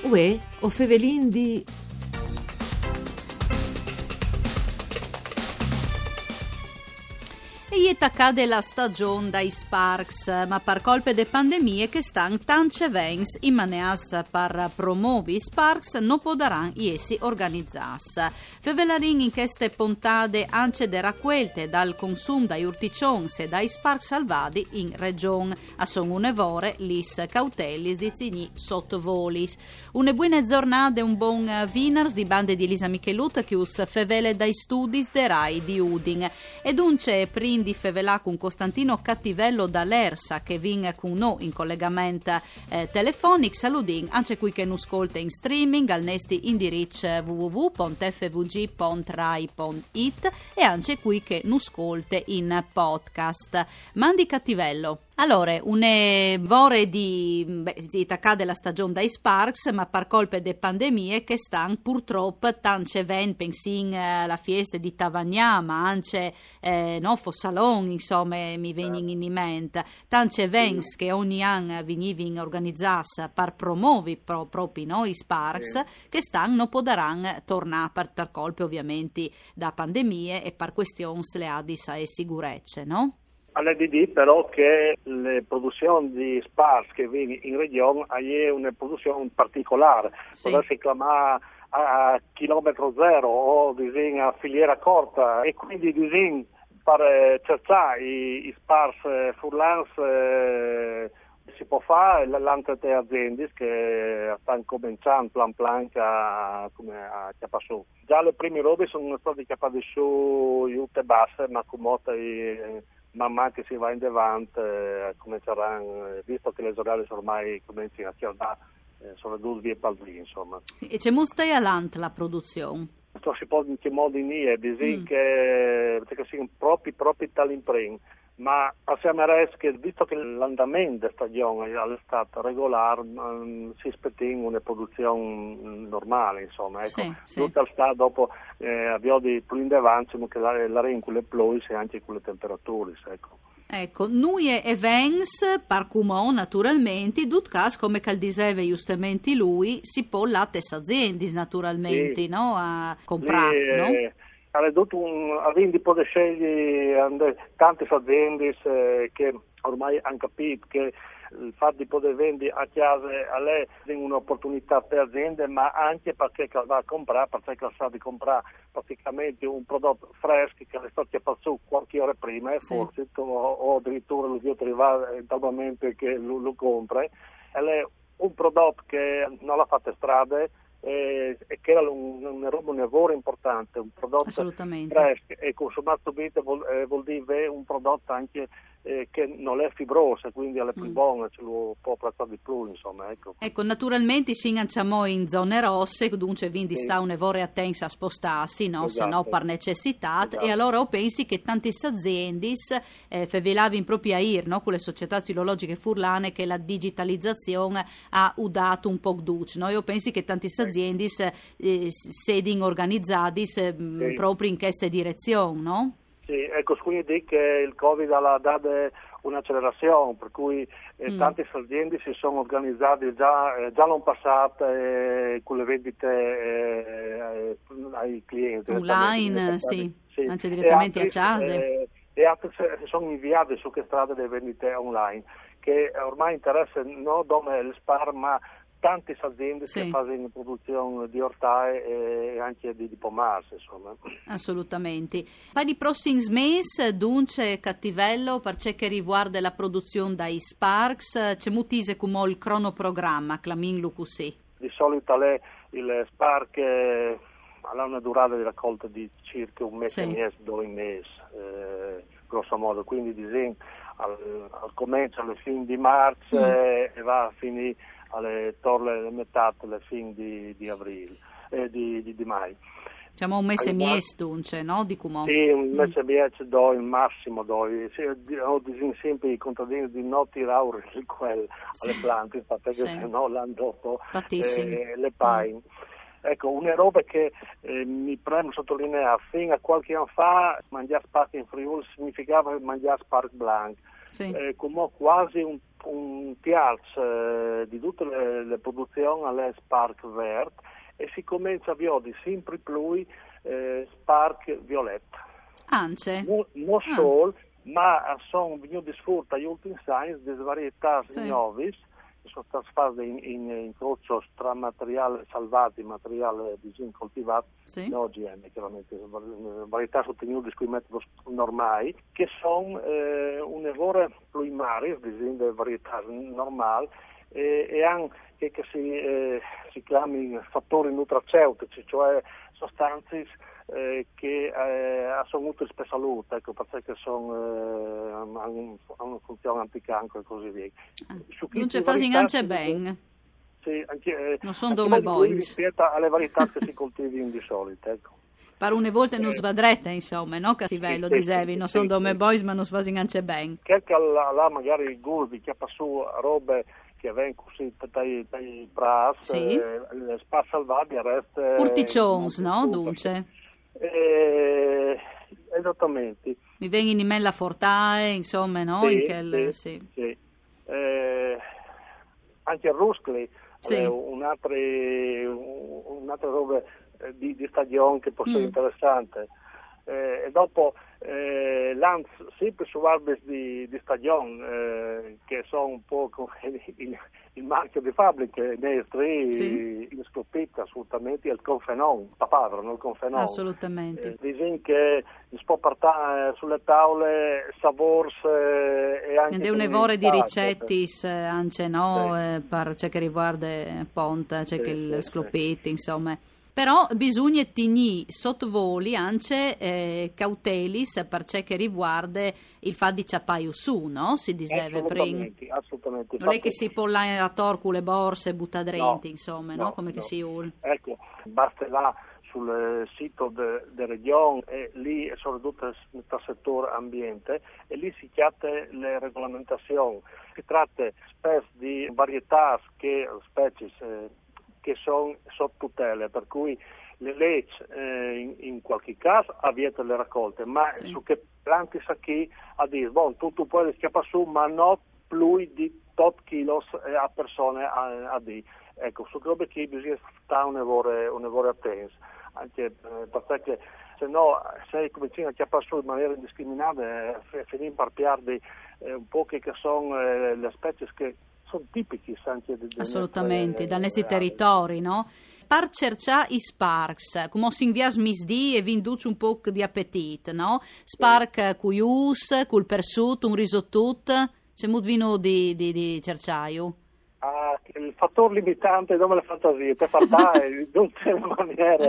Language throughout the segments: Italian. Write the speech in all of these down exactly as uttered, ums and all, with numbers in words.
Uè, o fevelin di... E accade la stagione dai Sparks, ma per colpe de pandemie che stan tance vens in maneas per promovi Sparks non podaran essi organizzas. Fevelarin in queste pontade anche de racquelte dal consum dai urticons e dai Sparks salvati in region, a son un'evore lis cautellis di zigni sottovolis. Une buone giornate, un buon vinars di bande di Elisa Michelut che us fevele dai studis de Rai di Udin. Ed unce prin di fevelà con Costantino Cattivello da Lersa che vin con noi in collegamento eh, telefonico. Saludin anche qui che nu ascolta in streaming al nesti indirizzo w w w punto f v g punto rai punto i t e anche qui che nu ascolta in podcast. Mandi Cattivello. Allora, une vore di, beh, si accade la stagione dai Sparks, ma per colpe de pandemie che stanno purtroppo tante ven, pensin eh, la fiesta di Tavagnà, ma anche eh, no, Fossalon, insomma, mi vengono in mente, tante events che ogni anno venivano organizzate per promuovere pro, proprio noi Sparks, sì, che stanno non potranno tornare per, per colpe ovviamente da pandemie e per questioni legate a sicurezza, no? All'D D però che le produzioni di Sparks che vengono in regione è una produzione particolare, sì, può si chiamare a chilometro zero o disegna a filiera corta e quindi disegna per cercare i, i Sparks furlans eh, si può fare l'ante aziende che stanno cominciando plan plan a, come a chiappare su. Già le prime robe sono state chiappate su iute basse ma con molta man mano che si va in avanti eh, cominceranno, visto che le orari ormai cominciano a chiardare, eh, sono due vie per lì, insomma. E c'è molto avanti la produzione? Questo si può in che modo in è, bisogna mm. che, che siano propri, propri tali imprese, ma passiamo a che visto che l'andamento della stagione è stato regolare, um, si aspetta una produzione normale, insomma, ecco, sì, sì. Tutto il stato dopo eh, abbiamo di più in avanti che la, la con le plois e anche con le temperature, ecco. Ecco, noi e Vens, par cumò naturalmente, dut cas come cal diceva giustamente lui, si può latte aziende naturalmente, sì, no? A comprare, sì, no? Eh, Quindi può scegliere tante aziende eh, che ormai hanno capito che il fatto di poter vendere a casa a lei è un'opportunità per aziende, ma anche perché va a comprare, perché sa di comprare praticamente un prodotto fresco che è stato fatto su qualche ora prima, sì, forse, o, o addirittura lo zio arriva dal momento che lo, lo compra. E lei un prodotto che non l'ha fatta strade e che era un, un, un lavoro importante, un prodotto fresco e consumato subito vuol, eh, vuol dire un prodotto anche eh, che non è fibroso, quindi alle più mm. buone ce lo può apprezzare di più, insomma, ecco. Ecco, naturalmente si inganciamo in zone rosse, dunque quindi sì, sta un'evore attensa a spostarsi, no? Esatto. Se no per necessità, esatto. E allora o pensi che tanti aziende eh, fevelavi in propria I R, no? Con le società filologiche furlane che la digitalizzazione ha udato un po' duce, no? Io pensi che tanti aziende Eh, sedi organizzati eh, sì, proprio in questa direzione, no? Sì, ecco, quindi che il Covid ha dato un'accelerazione, per cui eh, mm. tante aziende si sono organizzate già, eh, già l'anno passato eh, con le vendite eh, ai clienti. Online, sì, sì, anche direttamente altri, a casa. Eh, e altre si sono inviate su che strade delle vendite online, che ormai interessa non dove il spar, ma tante aziende sì, che fanno produzione di ortaggi e anche di, di pomarsi, insomma. Assolutamente. Poi di prossimi mesi, dunque, Cattivello, per ciò che riguarda la produzione dai Sparks, c'è mutise come il cronoprogramma, clamin lucusì. Di solito le, il Spark eh, ha una durata di raccolta di circa un mese sì, e mezzo, due mesi, eh, grosso modo, quindi disegno al, al comincio, alla fine di marzo mm. eh, e va a finire alle torle le metà alle fine di, di aprile eh, di, di, di maggio. Diciamo un mese e mezzo, dunque, no? Di Cumò. Sì, un mese e mezzo do il massimo do. Sì, ho disegno sempre i contadini di non tirare quel alle piante, perché sì, se no l'anno dopo eh, le pain. Mm. Ecco, una roba che eh, mi preme sottolineare, fino a qualche anno fa mangiare Spark in Friuli significava mangiare Spark Blanc. sì. eh, come quasi un, un tiarz eh, di tutte le, le produzioni alle Spark Vert e si comincia a vedere sempre più eh, Spark Violetta. Ance? No, non ah. solo, ma sono venuti sfruttati agli ultimi anni delle varietà sì. nuove che sono state fatte in, in incrocio tra materiale salvato e materiale coltivato, sì. non O G M chiaramente, varietà ottenute con i metodi normali, che sono eh, un errore primario, delle varietà normali, e, e anche che si, eh, si chiami fattori nutraceutici, cioè sostanze eh, che eh, sono utili per la salute, ecco, perché sono, eh, hanno una funzione anticancro e così via. Ah, non ci fai neanche bene. Sì, anche, eh, non sono come boys. Rispetto alle varietà che si coltivano di solito, ecco. Per une volte non eh, svadrete, insomma, no? Cattivello, sì, dicevi, sì, non sì, sono come sì. boys, ma non si neanche bene. Che là, là magari il gurbi che fa su robe che vengono così dai, dai pras, sì. eh, le spa salvate, resta... Urticcions, no? Dunque. Eh, esattamente. Mi vengono in mella fortae, insomma, no? Sì, in quel, sì, sì. sì. Eh, anche il Ruscli, sì. eh, un'altra, un'altra roba di, di stagione che può essere mm. interessante. Eh, e dopo eh, l'Anz sempre su arbes di, di stagione eh, che sono un po' come il, il marchio di fabbrica nei tre sì. in scoppetta assolutamente il confenon, papavero, non il confenon. Assolutamente. Eh, dicono che si può portare sulle tavole savors eh, e anche ed è un evore di ricettis anche no sì. eh, per ciò che riguarda Ponta, c'è sì, che il sì, scloppetti sì. insomma. Però bisogna tenere sottovoli anche eh, cautelis per ciò che riguarda il fatto di ciappaio su, no? Si diceva prima. Assolutamente. Non è che si può là a torco le borse, butta dentro, no, insomma, no, no? Come no. che si vuole. Ecco, basta là sul sito della de regione e lì soprattutto nel settore ambiente e lì si chiate le regolamentazioni. Si tratta spesso di varietà che specie eh, che sono sotto tutela, per cui le leggi eh, in, in qualche caso avvietano le raccolte, ma sì. su che planti sa chi a dire, bon, tu, tu puoi schiappare su, ma non più di tot chilos eh, a persone a, a di. Ecco, su robe che bisogna stare un evore, un evore attento, anche eh, perché se no se cominciamo a chiappare su in maniera indiscriminata eh, finiamo per perdere eh, un po' che sono eh, le specie che sono tipici anche di, di assolutamente nostre, dai nostri eh, territori, no? Per cercare i sparks, come si invia smisdi e vi induce un po' di appetit, no? Spark sì. Cuius, col persutto, un risottut, c'è molto vino di, di, di cerciaio. Ah, il fattore limitante dove le fantasie, per fare in tutte le maniere.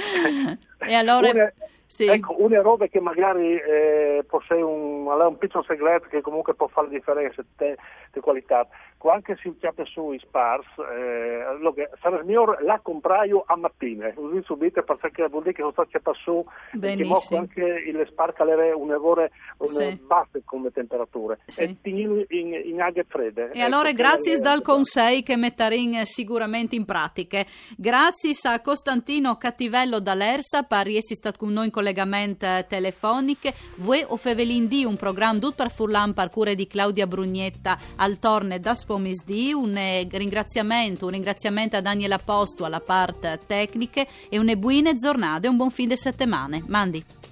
E allora... Una, sì. Ecco, una roba che magari eh, possiede un, un piccolo segreto che comunque può fare la differenza di qualità. Anche se chiappa su i spars, eh, sarà migliore la compraio a mattina, così subito perché vuol dire che non sta chiappa su, benissimo. Anche il spar avere un errore sì. basse come temperature sì. e in, in, in aghe fredde. E allora grazie dal consiglio che metterin sicuramente in pratica. Grazie a Costantino Cattivello dall'Ersa per essere stato con noi in collegamento telefonico. Voi o Fevelin di un programma tutto per Furlan per cura di Claudia Brugnetta al torne da Spomisdi. Un ringraziamento, un ringraziamento a Daniela Postu alla parte tecniche e une buone giornate e un buon fine settimana. Mandi.